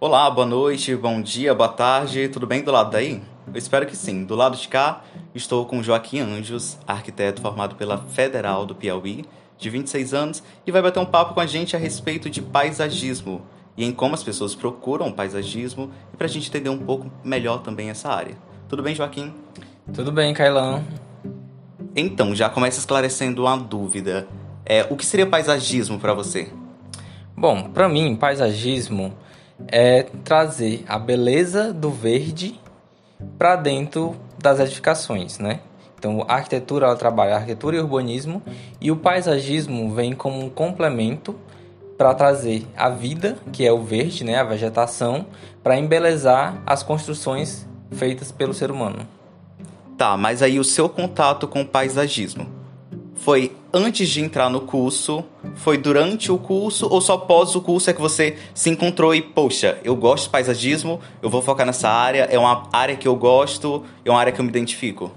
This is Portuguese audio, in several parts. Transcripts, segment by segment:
Olá, boa noite, bom dia, boa tarde, tudo bem do lado daí? Eu espero que sim. Do lado de cá, estou com Joaquim Anjos, arquiteto formado pela Federal do Piauí, de 26 anos, e vai bater um papo com a gente a respeito de paisagismo e em como as pessoas procuram paisagismo e para a gente entender um pouco melhor também essa área. Tudo bem, Joaquim? Tudo bem, Kailan? Então, já começa esclarecendo uma dúvida. O que seria paisagismo para você? Bom, para mim, paisagismo é trazer a beleza do verde para dentro das edificações, né? Então, a arquitetura ela trabalha arquitetura e urbanismo e o paisagismo vem como um complemento para trazer a vida, que é o verde, né, a vegetação, para embelezar as construções feitas pelo ser humano. Tá, mas aí o seu contato com o paisagismo foi antes de entrar no curso, foi durante o curso ou só após o curso é que você se encontrou e, poxa, eu gosto de paisagismo, eu vou focar nessa área, é uma área que eu gosto, é uma área que eu me identifico?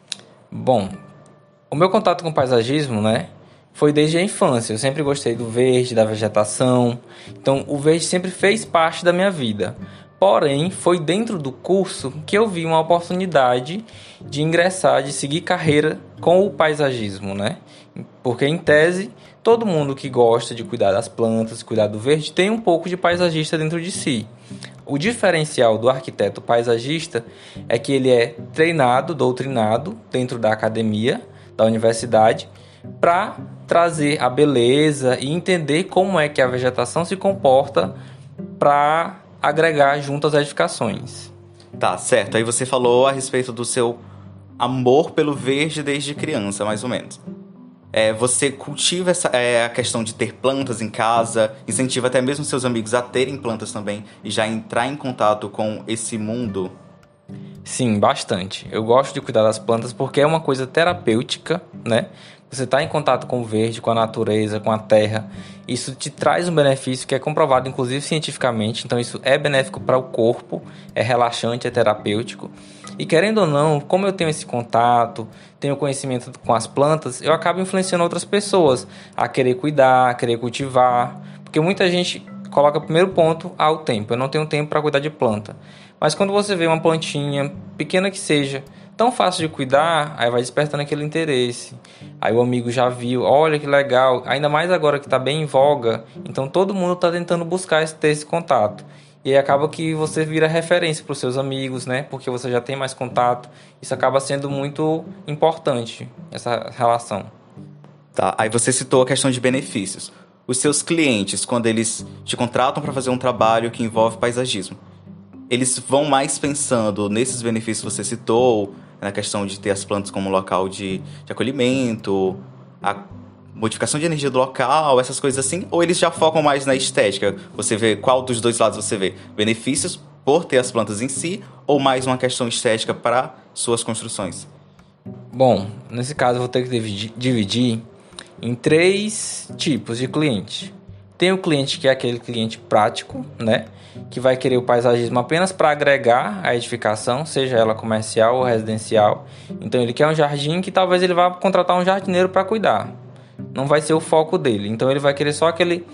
Bom, o meu contato com o paisagismo, né, foi desde a infância. Eu sempre gostei do verde, da vegetação. Então, o verde sempre fez parte da minha vida. Porém, foi dentro do curso que eu vi uma oportunidade de ingressar, de seguir carreira com o paisagismo, né? Porque, em tese, todo mundo que gosta de cuidar das plantas, cuidar do verde, tem um pouco de paisagista dentro de si. O diferencial do arquiteto paisagista é que ele é treinado, doutrinado dentro da academia, da universidade, para trazer a beleza e entender como é que a vegetação se comporta para agregar junto às edificações. Tá, certo. Aí você falou a respeito do seu amor pelo verde desde criança, mais ou menos. Você cultiva a questão de ter plantas em casa, incentiva até mesmo seus amigos a terem plantas também e já entrar em contato com esse mundo. Sim, bastante. Eu gosto de cuidar das plantas porque é uma coisa terapêutica, né? Você está em contato com o verde, com a natureza, com a terra. Isso te traz um benefício que é comprovado, inclusive cientificamente. Então, isso é benéfico para o corpo, é relaxante, é terapêutico. E querendo ou não, como eu tenho esse contato, tenho conhecimento com as plantas, eu acabo influenciando outras pessoas a querer cuidar, a querer cultivar. Porque muita gente coloca primeiro ponto ao tempo. Eu não tenho tempo para cuidar de planta. Mas quando você vê uma plantinha, pequena que seja, tão fácil de cuidar, aí vai despertando aquele interesse. Aí o amigo já viu, olha que legal, ainda mais agora que está bem em voga, então todo mundo está tentando buscar ter esse contato. E aí acaba que você vira referência para os seus amigos, né? Porque você já tem mais contato. Isso acaba sendo muito importante, essa relação. Tá, aí você citou a questão de benefícios. Os seus clientes, quando eles te contratam para fazer um trabalho que envolve paisagismo, eles vão mais pensando nesses benefícios que você citou, na questão de ter as plantas como local de acolhimento, a modificação de energia do local, essas coisas assim, ou eles já focam mais na estética? Você vê qual dos dois lados você vê? Benefícios por ter as plantas em si, ou mais uma questão estética para suas construções? Bom, nesse caso eu vou ter que dividir em três tipos de cliente. Tem o cliente que é aquele cliente prático, né? Que vai querer o paisagismo apenas para agregar a edificação, seja ela comercial ou residencial. Então ele quer um jardim que talvez ele vá contratar um jardineiro para cuidar. Não vai ser o foco dele. Então ele vai querer só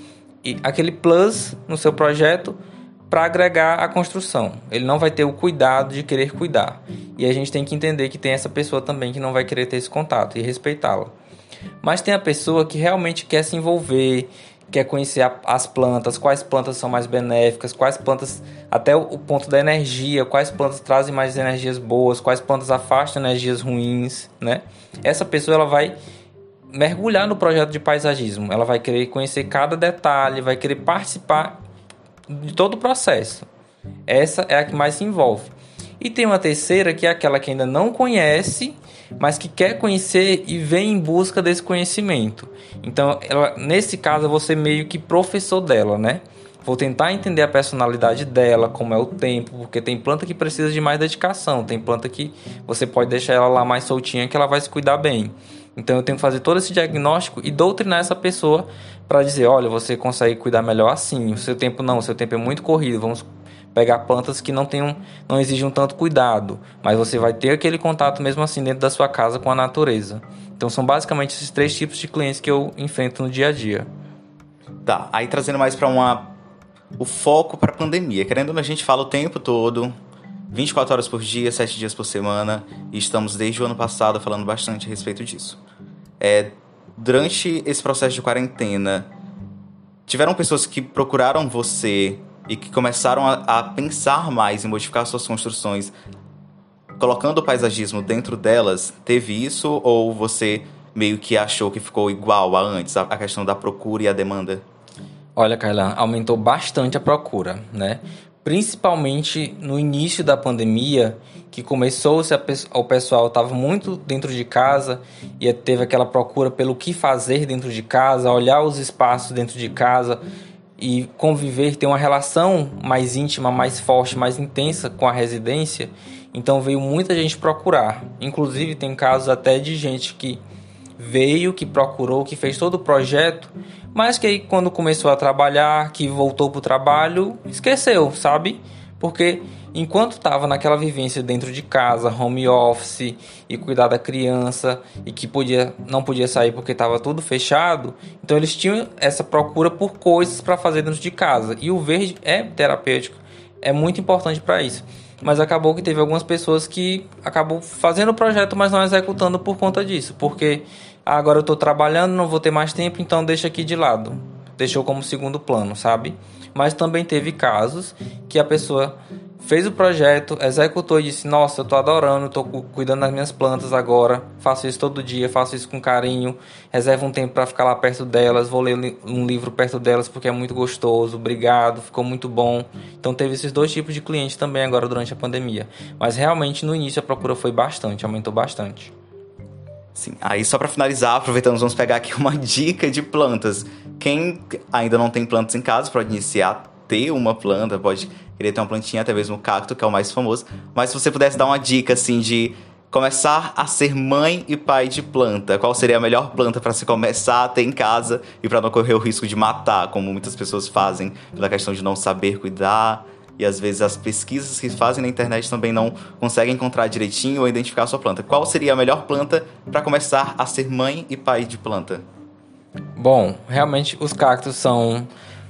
aquele plus no seu projeto para agregar a construção. Ele não vai ter o cuidado de querer cuidar. E a gente tem que entender que tem essa pessoa também que não vai querer ter esse contato e respeitá-la. Mas tem a pessoa que realmente quer se envolver, quer conhecer as plantas, quais plantas são mais benéficas, quais plantas, até o ponto da energia, quais plantas trazem mais energias boas, quais plantas afastam energias ruins, né? Essa pessoa ela vai mergulhar no projeto de paisagismo, ela vai querer conhecer cada detalhe, vai querer participar de todo o processo. Essa é a que mais se envolve. E tem uma terceira que é aquela que ainda não conhece, mas que quer conhecer e vem em busca desse conhecimento. Então, nesse caso, eu vou ser meio que professor dela, né? Vou tentar entender a personalidade dela, como é o tempo, porque tem planta que precisa de mais dedicação, tem planta que você pode deixar ela lá mais soltinha que ela vai se cuidar bem. Então eu tenho que fazer todo esse diagnóstico e doutrinar essa pessoa para dizer, olha, você consegue cuidar melhor assim, o seu tempo é muito corrido, vamos pegar plantas que não exigem tanto cuidado, mas você vai ter aquele contato mesmo assim dentro da sua casa com a natureza. Então são basicamente esses três tipos de clientes que eu enfrento no dia a dia. Tá, aí trazendo mais para uma o foco para a pandemia. Querendo ou não, a gente fala o tempo todo, 24 horas por dia, 7 dias por semana, e estamos desde o ano passado falando bastante a respeito disso. Durante esse processo de quarentena, tiveram pessoas que procuraram você e que começaram a pensar mais em modificar suas construções, colocando o paisagismo dentro delas? Teve isso, ou você meio que achou que ficou igual a antes, a questão da procura e a demanda? Olha, Kailan, aumentou bastante a procura, né? Principalmente no início da pandemia, que o pessoal estava muito dentro de casa e teve aquela procura pelo que fazer dentro de casa, olhar os espaços dentro de casa e conviver, ter uma relação mais íntima, mais forte, mais intensa com a residência. Então veio muita gente procurar. Inclusive tem casos até de gente que veio, que procurou, que fez todo o projeto, mas que aí quando começou a trabalhar, que voltou pro trabalho, esqueceu, sabe? Porque enquanto estava naquela vivência dentro de casa, home office, e cuidar da criança, e que não podia sair porque estava tudo fechado, então eles tinham essa procura por coisas para fazer dentro de casa. E o verde é terapêutico, é muito importante para isso. Mas acabou que teve algumas pessoas que acabou fazendo o projeto, mas não executando por conta disso. Porque agora eu estou trabalhando, não vou ter mais tempo, então deixa aqui de lado. Deixou como segundo plano, sabe? Mas também teve casos que a pessoa fez o projeto, executou e disse: nossa, eu tô adorando, tô cuidando das minhas plantas agora, faço isso todo dia, faço isso com carinho, reservo um tempo para ficar lá perto delas, vou ler um livro perto delas porque é muito gostoso, obrigado, ficou muito bom. Então teve esses dois tipos de clientes também agora durante a pandemia. Mas realmente no início a procura foi bastante, aumentou bastante. Sim. Aí só para finalizar, aproveitando, vamos pegar aqui uma dica de plantas. Quem ainda não tem plantas em casa pode iniciar a ter uma planta, pode querer ter uma plantinha, até mesmo o cacto, que é o mais famoso. Mas se você pudesse dar uma dica assim de começar a ser mãe e pai de planta, qual seria a melhor planta para se começar a ter em casa e para não correr o risco de matar, como muitas pessoas fazem, pela questão de não saber cuidar? E às vezes as pesquisas que fazem na internet também não conseguem encontrar direitinho ou identificar a sua planta. Qual seria a melhor planta para começar a ser mãe e pai de planta? Bom, realmente os cactos são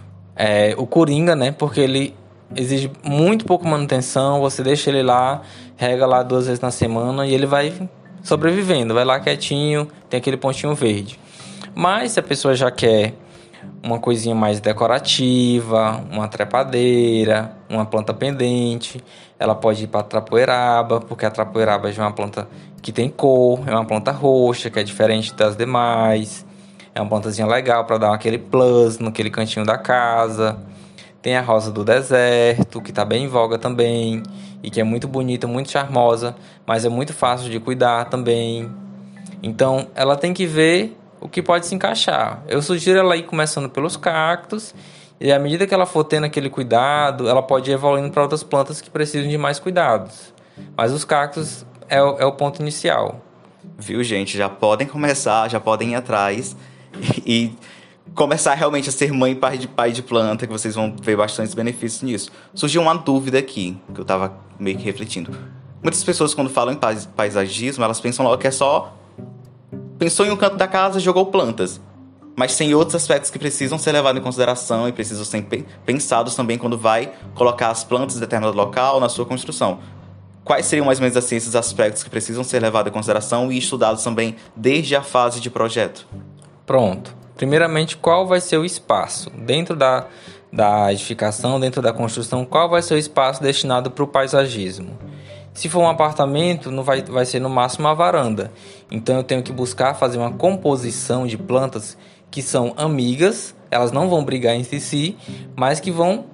o coringa, né? Porque ele exige muito pouco manutenção. Você deixa ele lá, rega lá 2 vezes na semana e ele vai sobrevivendo. Vai lá quietinho, tem aquele pontinho verde. Mas se a pessoa já quer uma coisinha mais decorativa, uma trepadeira, uma planta pendente, ela pode ir para a trapoeraba, porque a trapoeraba já é uma planta que tem cor, é uma planta roxa, que é diferente das demais. É uma plantazinha legal para dar aquele plus naquele cantinho da casa. Tem a rosa do deserto, que está bem em voga também, e que é muito bonita, muito charmosa, mas é muito fácil de cuidar também. Então, ela tem que ver o que pode se encaixar. Eu sugiro ela ir começando pelos cactos, e à medida que ela for tendo aquele cuidado, ela pode ir evoluindo para outras plantas que precisam de mais cuidados. Mas os cactos é o ponto inicial. Viu, gente? Já podem começar, já podem ir atrás e começar realmente a ser mãe e pai de planta, que vocês vão ver bastantes benefícios nisso. Surgiu uma dúvida aqui, que eu tava meio que refletindo. Muitas pessoas, quando falam em paisagismo, elas pensam logo que é só... Pensou em um canto da casa, jogou plantas. Mas tem outros aspectos que precisam ser levados em consideração e precisam ser pensados também quando vai colocar as plantas em determinado local na sua construção. Quais seriam mais ou menos assim esses aspectos que precisam ser levados em consideração e estudados também desde a fase de projeto? Pronto. Primeiramente, qual vai ser o espaço? Dentro da edificação, dentro da construção, qual vai ser o espaço destinado para o paisagismo? Se for um apartamento, não vai ser no máximo uma varanda. Então eu tenho que buscar fazer uma composição de plantas que são amigas, elas não vão brigar entre si, mas que vão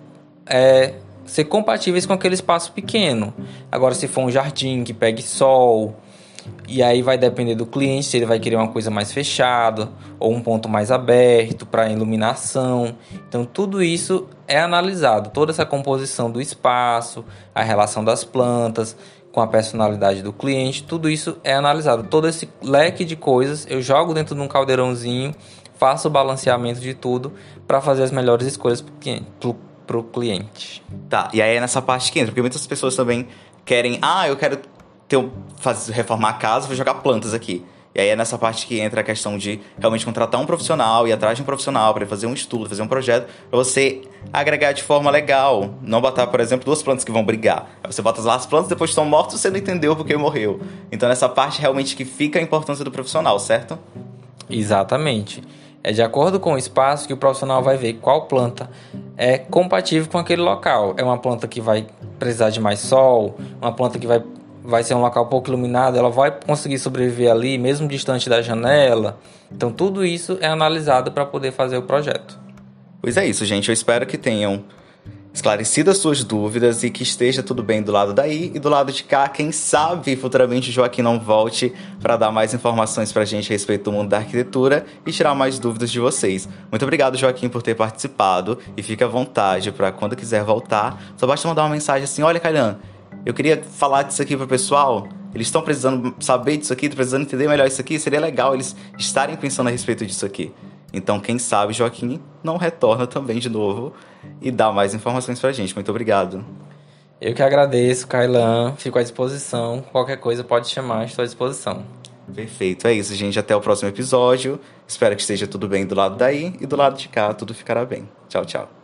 ser compatíveis com aquele espaço pequeno. Agora, se for um jardim que pegue sol, e aí vai depender do cliente, se ele vai querer uma coisa mais fechada ou um ponto mais aberto para iluminação. Então tudo isso é analisado, toda essa composição do espaço, a relação das plantas com a personalidade do cliente, tudo isso é analisado. Todo esse leque de coisas eu jogo dentro de um caldeirãozinho, faço o balanceamento de tudo para fazer as melhores escolhas para o cliente. Tá, e aí é nessa parte que entra, porque muitas pessoas também querem... eu quero reformar a casa, vou jogar plantas aqui. E aí é nessa parte que entra a questão de realmente contratar um profissional, ir atrás de um profissional para fazer um estudo, fazer um projeto, para você agregar de forma legal. Não botar, por exemplo, duas plantas que vão brigar. Aí você bota lá as plantas, depois estão mortas, você não entendeu porque morreu. Então nessa parte realmente que fica a importância do profissional, certo? Exatamente. É de acordo com o espaço que o profissional vai ver qual planta é compatível com aquele local. É uma planta que vai precisar de mais sol, uma planta que vai ser um local pouco iluminado, ela vai conseguir sobreviver ali, mesmo distante da janela. Então, tudo isso é analisado para poder fazer o projeto. Pois é isso, gente. Eu espero que tenham esclarecido as suas dúvidas e que esteja tudo bem do lado daí e do lado de cá. Quem sabe futuramente o Joaquim não volte para dar mais informações pra gente a respeito do mundo da arquitetura e tirar mais dúvidas de vocês. Muito obrigado, Joaquim, por ter participado e fique à vontade para quando quiser voltar. Só basta mandar uma mensagem assim: olha, Kailan, eu queria falar disso aqui pro pessoal. Eles estão precisando saber disso aqui, estão precisando entender melhor isso aqui. Seria legal eles estarem pensando a respeito disso aqui. Então, quem sabe, Joaquim não retorna também de novo e dá mais informações pra gente. Muito obrigado. Eu que agradeço, Kailan. Fico à disposição. Qualquer coisa pode chamar, estou à disposição. Perfeito, é isso, gente. Até o próximo episódio. Espero que esteja tudo bem do lado daí e do lado de cá tudo ficará bem. Tchau, tchau.